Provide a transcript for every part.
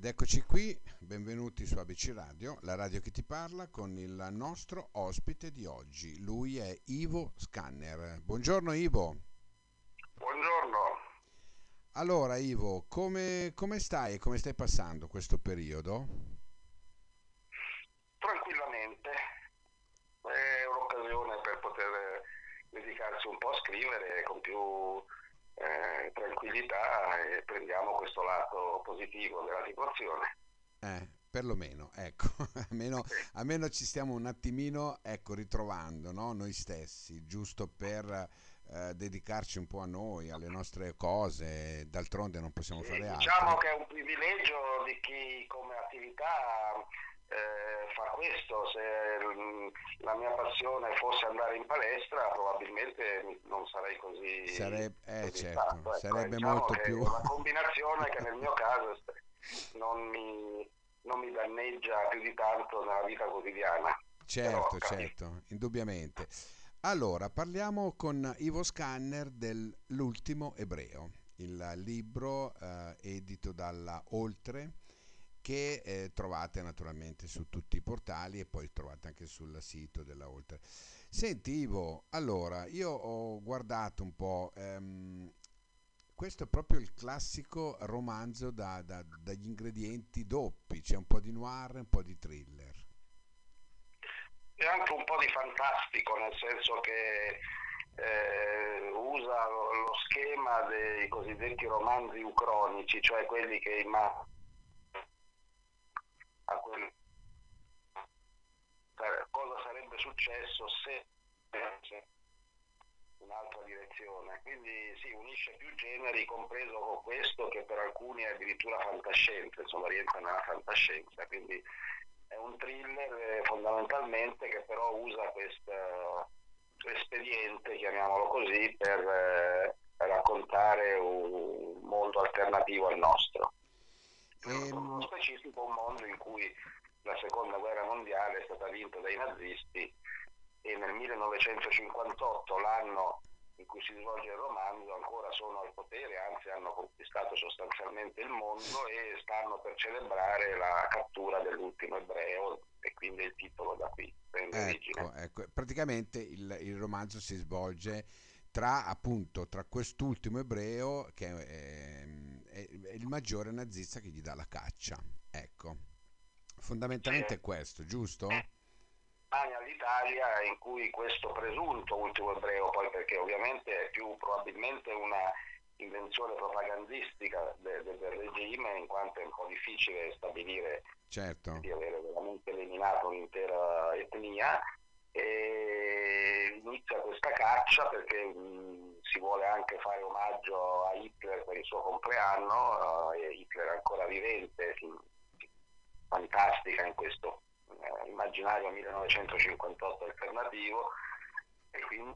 Ed eccoci qui, benvenuti su ABC Radio, la radio che ti parla, con il nostro ospite di oggi. Lui è Ivo Scanner. Buongiorno Ivo. Buongiorno, Allora Ivo, come stai e come stai passando questo periodo? tranquillamente. È un'occasione per poter dedicarsi un po' a scrivere con più tranquillità e prendiamo questo lato positivo della situazione. Perlomeno, ecco, almeno, Sì. almeno ci stiamo un attimino, ecco, ritrovando, no? Noi stessi, giusto per dedicarci un po' a noi, alle nostre cose, d'altronde non possiamo Sì, fare diciamo altro. che è un privilegio di chi come attività fa questo. Se la mia passione fosse andare in palestra, probabilmente non sarei così Sarebbe, certo, soddisfatto. Ecco, sarebbe diciamo molto che è più. una combinazione che nel mio caso non mi danneggia più di tanto nella vita quotidiana. Però Certo, capisco. certo, indubbiamente. Allora, parliamo con Ivo Scanner dell'Ultimo Ebreo, il libro edito dalla Oltre, che trovate naturalmente su tutti i portali e poi trovate anche sul sito della Oltre. Senti Ivo, allora, io ho guardato un po', questo è proprio il classico romanzo dagli ingredienti doppi, c'è un po' di noir e un po' di thriller. E anche un po' di fantastico, nel senso che usa lo schema dei cosiddetti romanzi ucronici, cioè quelli che a cosa sarebbe successo se un'altra direzione. Quindi sì, unisce più generi, compreso questo che per alcuni è addirittura fantascienza, insomma rientra nella fantascienza. Quindi è un thriller fondamentalmente che però usa questo espediente, chiamiamolo così, per raccontare un mondo alternativo al nostro. Nello Ehm, specifico un mondo in cui la seconda guerra mondiale è stata vinta dai nazisti e nel 1958, l'anno in cui si svolge il romanzo, ancora sono al potere, anzi hanno conquistato sostanzialmente il mondo e stanno per celebrare la cattura dell'ultimo ebreo e quindi il titolo da qui prende origine. ecco, praticamente il romanzo si svolge tra appunto tra quest'ultimo ebreo che è il maggiore nazista che gli dà la caccia. Ecco, Sì, fondamentalmente è questo, giusto? all'Italia in cui questo presunto ultimo ebreo, poi perché ovviamente è più probabilmente una invenzione propagandistica del regime, in quanto è un po' difficile stabilire Certo. di avere veramente eliminato un'intera etnia, e inizia questa caccia perché si vuole anche fare omaggio a Hitler per il suo compleanno, e Hitler è ancora vivente, fantastica in questo immaginario 1958 alternativo, e quindi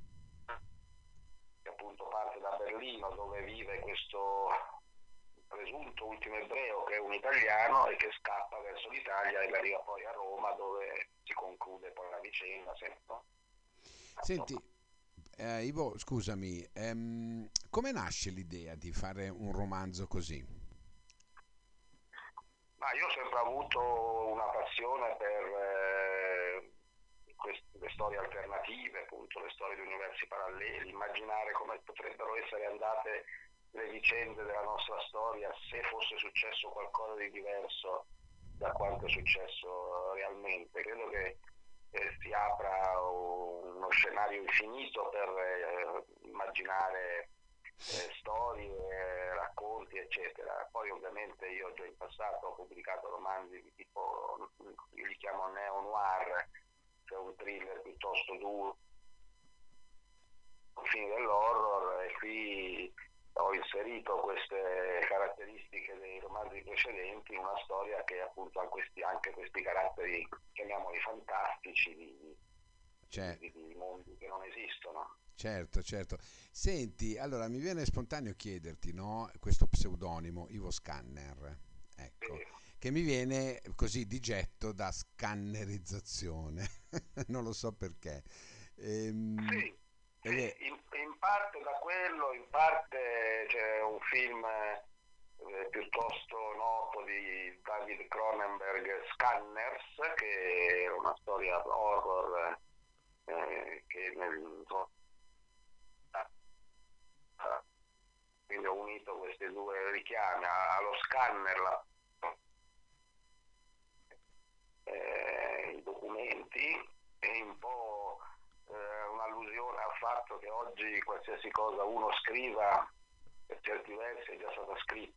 appunto parte da Berlino dove vive questo presunto ultimo ebreo che è un italiano e che scappa verso l'Italia e arriva poi a Roma dove si conclude poi la vicenda, no? Insomma. Senti, Ivo, scusami, come nasce l'idea di fare un romanzo così? Ma io ho sempre avuto una passione per le storie alternative, appunto, le storie di universi paralleli, immaginare come potrebbero essere andate le vicende della nostra storia se fosse successo qualcosa di diverso da quanto è successo realmente. Credo che si apra uno scenario infinito per immaginare storie, racconti, eccetera. Poi ovviamente io già in passato ho pubblicato romanzi di tipo, io li chiamo neo-noir, cioè un thriller piuttosto duro, confini dell'horror, e qui ho inserito queste caratteristiche dei romanzi precedenti in una storia che appunto ha anche questi caratteri, chiamiamoli fantastici, Cioè, di mondi che non esistono. certo, certo. Senti, allora mi viene spontaneo chiederti, no, questo pseudonimo Ivo Scanner, ecco, E, che mi viene così di getto da scannerizzazione, non lo so perché. Ehm, sì, ed sì, è, in parte da quello, in parte c'è un film piuttosto noto di David Cronenberg, Scanners, che è una storia horror che quindi ho unito questi due richiami allo scanner, i documenti, e un po' un'allusione al fatto che oggi qualsiasi cosa uno scriva per certi versi è già stata scritta.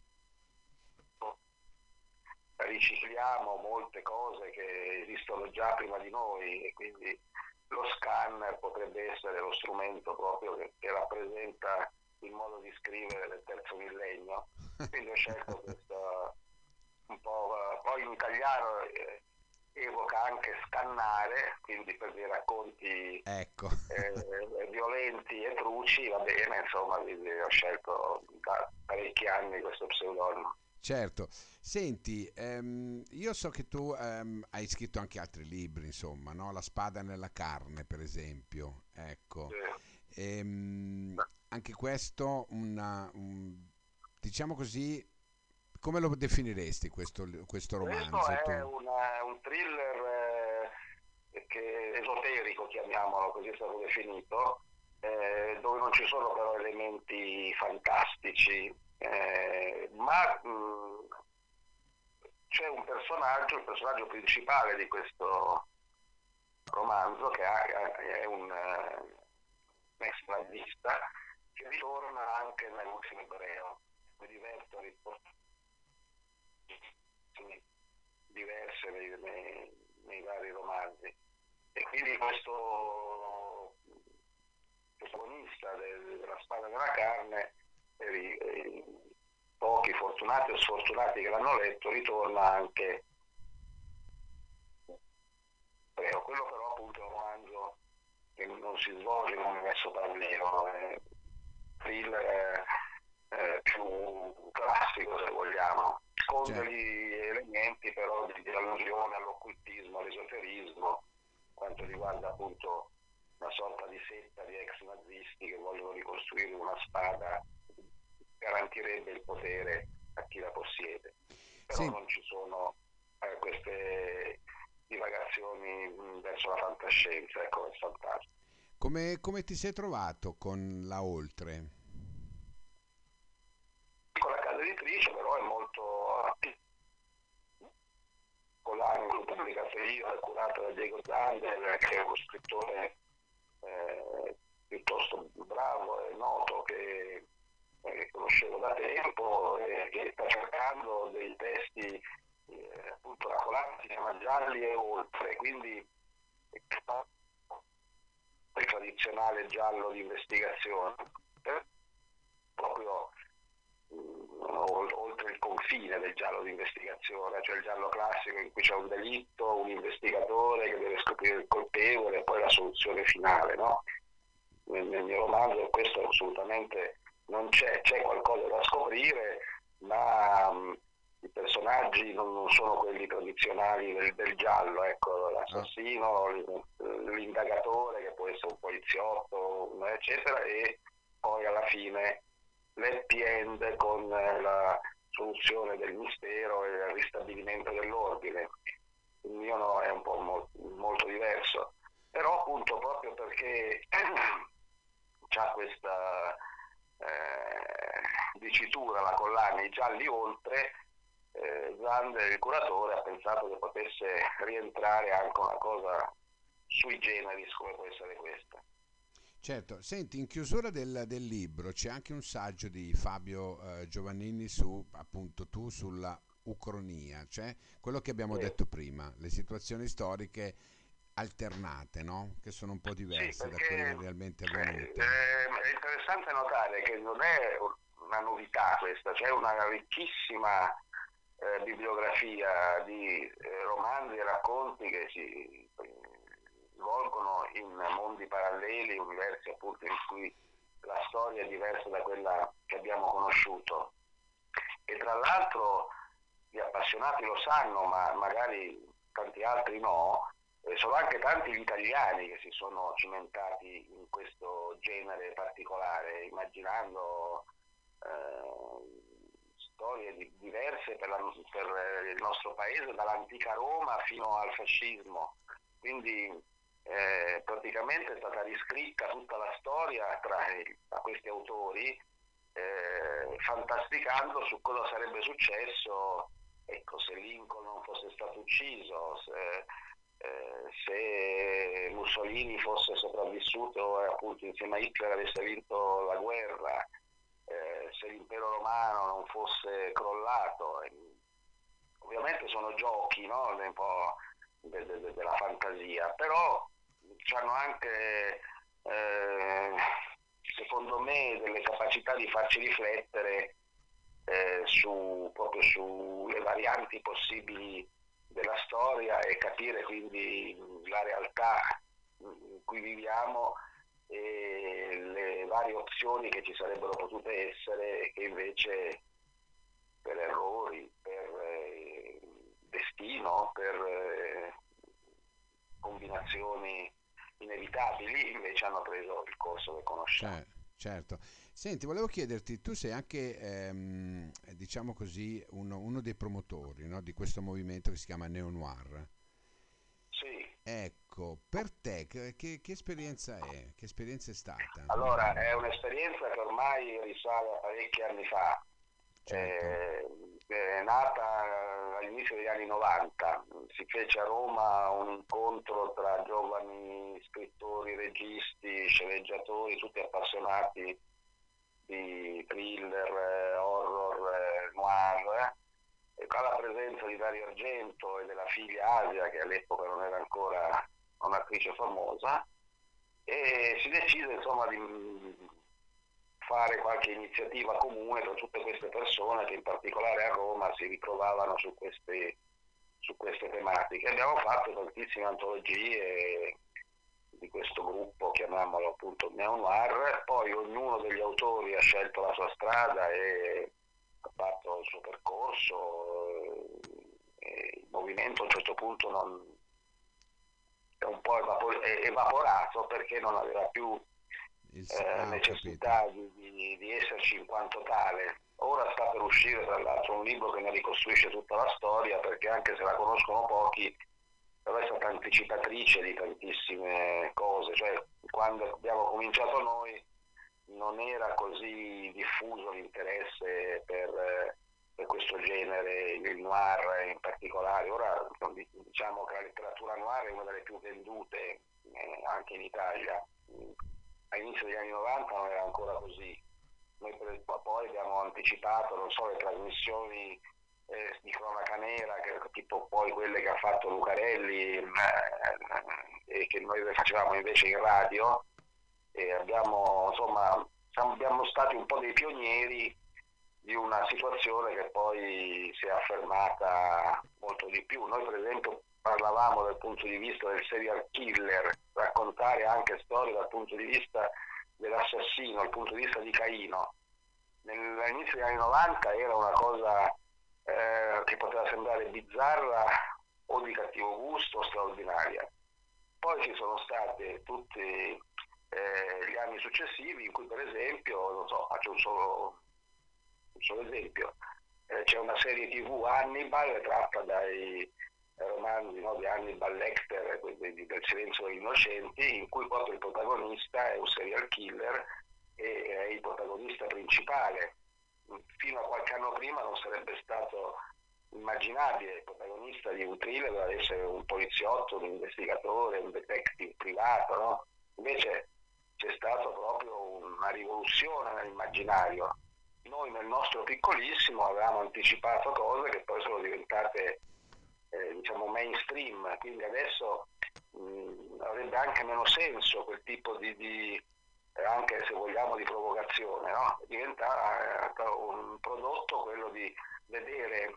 Ricicliamo molte cose che esistono già prima di noi, e quindi lo scanner potrebbe essere lo strumento proprio che rappresenta il modo di scrivere del terzo millennio. Quindi ho scelto questo un po', poi in italiano evoca anche scannare, quindi per dei racconti Ecco. violenti e truci, va bene, insomma, quindi ho scelto da parecchi anni questo pseudonimo. Certo, senti, io so che tu hai scritto anche altri libri, insomma, no? La spada nella carne, per esempio, ecco. Ehm, Anche questo, diciamo così, come lo definiresti questo Questo romanzo è tu? un thriller esoterico, chiamiamolo così, è stato definito, dove non ci sono però elementi fantastici, ma c'è un personaggio, il personaggio principale di questo romanzo, che è un ex nazista, che ritorna anche nell'ultimo ebreo, mi diverto a riportare diverse nei vari romanzi. E quindi questo protagonista della spada della carne, pochi fortunati o sfortunati che l'hanno letto, ritorna anche. Quello però appunto è un romanzo che non si svolge in un universo parallelo, è un thriller più classico, se vogliamo, con Cioè, degli elementi però di allusione all'occultismo, all'esoterismo, quanto riguarda appunto una sorta di setta di ex nazisti che vogliono ricostruire una spada che garantirebbe il potere a chi la possiede. Però sen- non ci sono queste divagazioni verso la fantascienza, ecco, è fantastico. come ti sei trovato con la Oltre? Con la casa editrice però è molto attiva, con l'anno pubblicato io, è curata da Diego Zander, che è uno scrittore piuttosto bravo e noto, che conoscevo da tempo, e che sta cercando dei testi, appunto la collana si chiama Gialli e Oltre, quindi il tradizionale giallo di investigazione, proprio oltre il confine del giallo di investigazione, cioè il giallo classico in cui c'è un delitto, un investigatore che deve scoprire il colpevole e poi la soluzione finale, no? Nel mio romanzo questo assolutamente non c'è qualcosa da scoprire, ma i personaggi non sono quelli tradizionali del giallo, ecco, Ah, l'assassino, l'indagatore che può essere un poliziotto, eccetera, e poi alla fine l'happy end con la soluzione del mistero e il ristabilimento dell'ordine. Il mio no, è un po' molto diverso, però appunto proprio perché c'ha questa dicitura, la collana I gialli oltre, Zander, il curatore, ha pensato che potesse rientrare anche una cosa sui generis come può essere questa. certo, senti, in chiusura del libro c'è anche un saggio di Fabio Giovannini su, appunto, tu sulla Ucronia, cioè quello che abbiamo Sì. detto prima, le situazioni storiche alternate, no? Che sono un po' Sì, diverse da quelle perché realmente avvenute. è interessante notare che non è una novità questa, c'è una ricchissima bibliografia di romanzi e racconti che si svolgono in mondi paralleli, universi appunto in cui la storia è diversa da quella che abbiamo conosciuto. E tra l'altro gli appassionati lo sanno, ma magari tanti altri no, sono anche tanti gli italiani che si sono cimentati in questo genere particolare, immaginando storie diverse per il nostro paese, dall'antica Roma fino al fascismo. Quindi praticamente è stata riscritta tutta la storia tra questi autori, fantasticando su cosa sarebbe successo, ecco, se Lincoln non fosse stato ucciso, se Mussolini fosse sopravvissuto e appunto insieme a Hitler avesse vinto la guerra, se l'impero romano non fosse crollato. Ovviamente sono giochi, no? Un po' della fantasia, però hanno anche secondo me delle capacità di farci riflettere proprio sulle varianti possibili della storia e capire quindi la realtà in cui viviamo e le varie opzioni che ci sarebbero potute essere e che invece per errori, per destino, per combinazioni inevitabili invece hanno preso il corso che conosciamo. Certo. Senti, volevo chiederti, tu sei anche, diciamo così, uno dei promotori, no, di questo movimento che si chiama Neo-Noir. Sì. Ecco, per te che esperienza è? Che esperienza è stata? Allora, è un'esperienza che ormai risale a parecchi anni fa. Certo. È nata all'inizio degli anni 90, si fece a Roma un incontro tra giovani scrittori, registi, sceneggiatori, tutti appassionati di thriller, horror, noir, e con la presenza di Dario Argento e della figlia Asia, che all'epoca non era ancora un'attrice famosa, e si decise insomma di fare qualche iniziativa comune per tutte queste persone che in particolare a Roma si ritrovavano su queste tematiche. Abbiamo fatto tantissime antologie di questo gruppo, chiamiamolo appunto Neo-Noir, poi ognuno degli autori ha scelto la sua strada e ha fatto il suo percorso, e il movimento a un certo punto è un po' evaporato perché non aveva più necessità di esserci in quanto tale. Ora sta per uscire tra l'altro un libro che ne ricostruisce tutta la storia, perché anche se la conoscono pochi, però è stata anticipatrice di tantissime cose. Cioè, quando abbiamo cominciato noi non era così diffuso l'interesse per questo genere, il noir in particolare. Ora diciamo che la letteratura noir è una delle più vendute anche in Italia. All'inizio degli anni 90 non era ancora così. Noi poi abbiamo anticipato, non so, le trasmissioni di cronaca nera, tipo poi quelle che ha fatto Lucarelli e che noi le facevamo invece in radio, e abbiamo stati un po' dei pionieri di una situazione che poi si è affermata molto di più. Noi per esempio parlavamo dal punto di vista del serial killer, raccontare anche storie dal punto di vista dell'assassino, dal punto di vista di Caino. All'inizio degli anni 90 era una cosa che poteva sembrare bizzarra o di cattivo gusto o straordinaria. Poi ci sono stati tutti gli anni successivi in cui per esempio, non so, faccio un solo esempio, c'è una serie TV Hannibal tratta dai romanzi, no, di Hannibal Lecter, del Silenzio degli Innocenti, in cui proprio il protagonista è un serial killer e è il protagonista principale. Fino a qualche anno prima non sarebbe stato immaginabile il protagonista di un thriller deve essere un poliziotto, un investigatore, un detective privato, no? Invece c'è stata proprio una rivoluzione nell'immaginario. Noi nel nostro piccolissimo avevamo anticipato cose che poi sono diventate diciamo mainstream, quindi adesso avrebbe anche meno senso quel tipo di anche se vogliamo di provocazione, no? Diventa un prodotto quello di vedere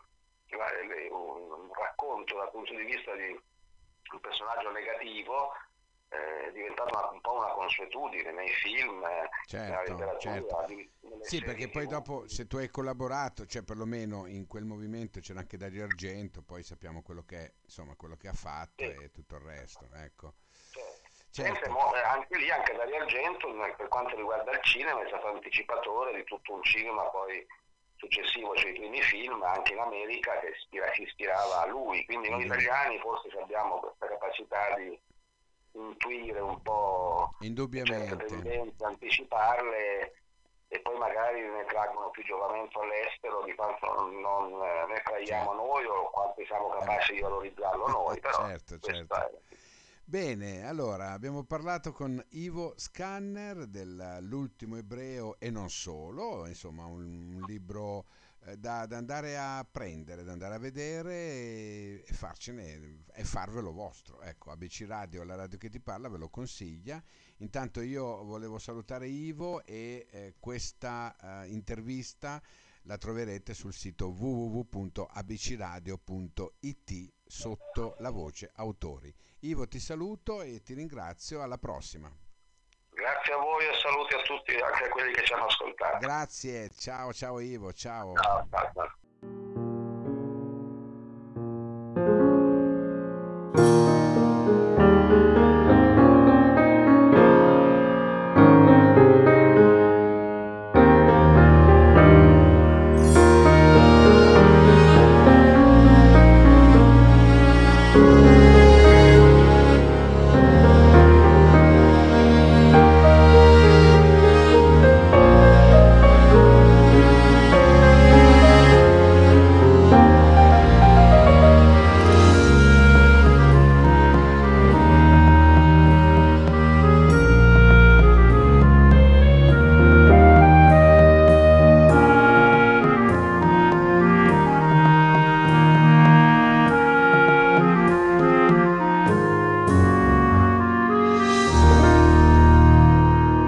un racconto dal punto di vista di un personaggio negativo, è diventata un po' una consuetudine nei film, nella letteratura, Certo. nelle Sì, serie perché poi TV. dopo se tu hai collaborato, cioè perlomeno in quel movimento c'era anche Dario Argento, poi sappiamo quello che è, insomma, quello che ha fatto Sì, e tutto il resto, ecco. Sempre, Certo. anche lì, anche Dario Argento, per quanto riguarda il cinema, è stato anticipatore di tutto un cinema poi successivo, cioè i primi film anche in America che si ispirava a lui, quindi noi italiani forse abbiamo questa capacità di intuire un po' certe Indubbiamente. tendenze, anticiparle e poi magari ne traggono più giovamento all'estero di quanto non ne traiamo Certo. noi o quanto siamo Beh. capaci di valorizzarlo noi, però Certo, questo certo. è. Bene, allora abbiamo parlato con Ivo Scanner dell'ultimo ebreo e non solo, insomma un libro da andare a prendere, da andare a vedere e farcene e farvelo vostro. Ecco, ABC Radio, la radio che ti parla, ve lo consiglia. Intanto io volevo salutare Ivo e questa intervista la troverete sul sito www.abcradio.it sotto la voce autori. Ivo, ti saluto e ti ringrazio, alla prossima. Grazie a voi e saluti a tutti, anche a quelli che ci hanno ascoltato. Grazie, ciao ciao Ivo, ciao. Ciao, ciao, ciao.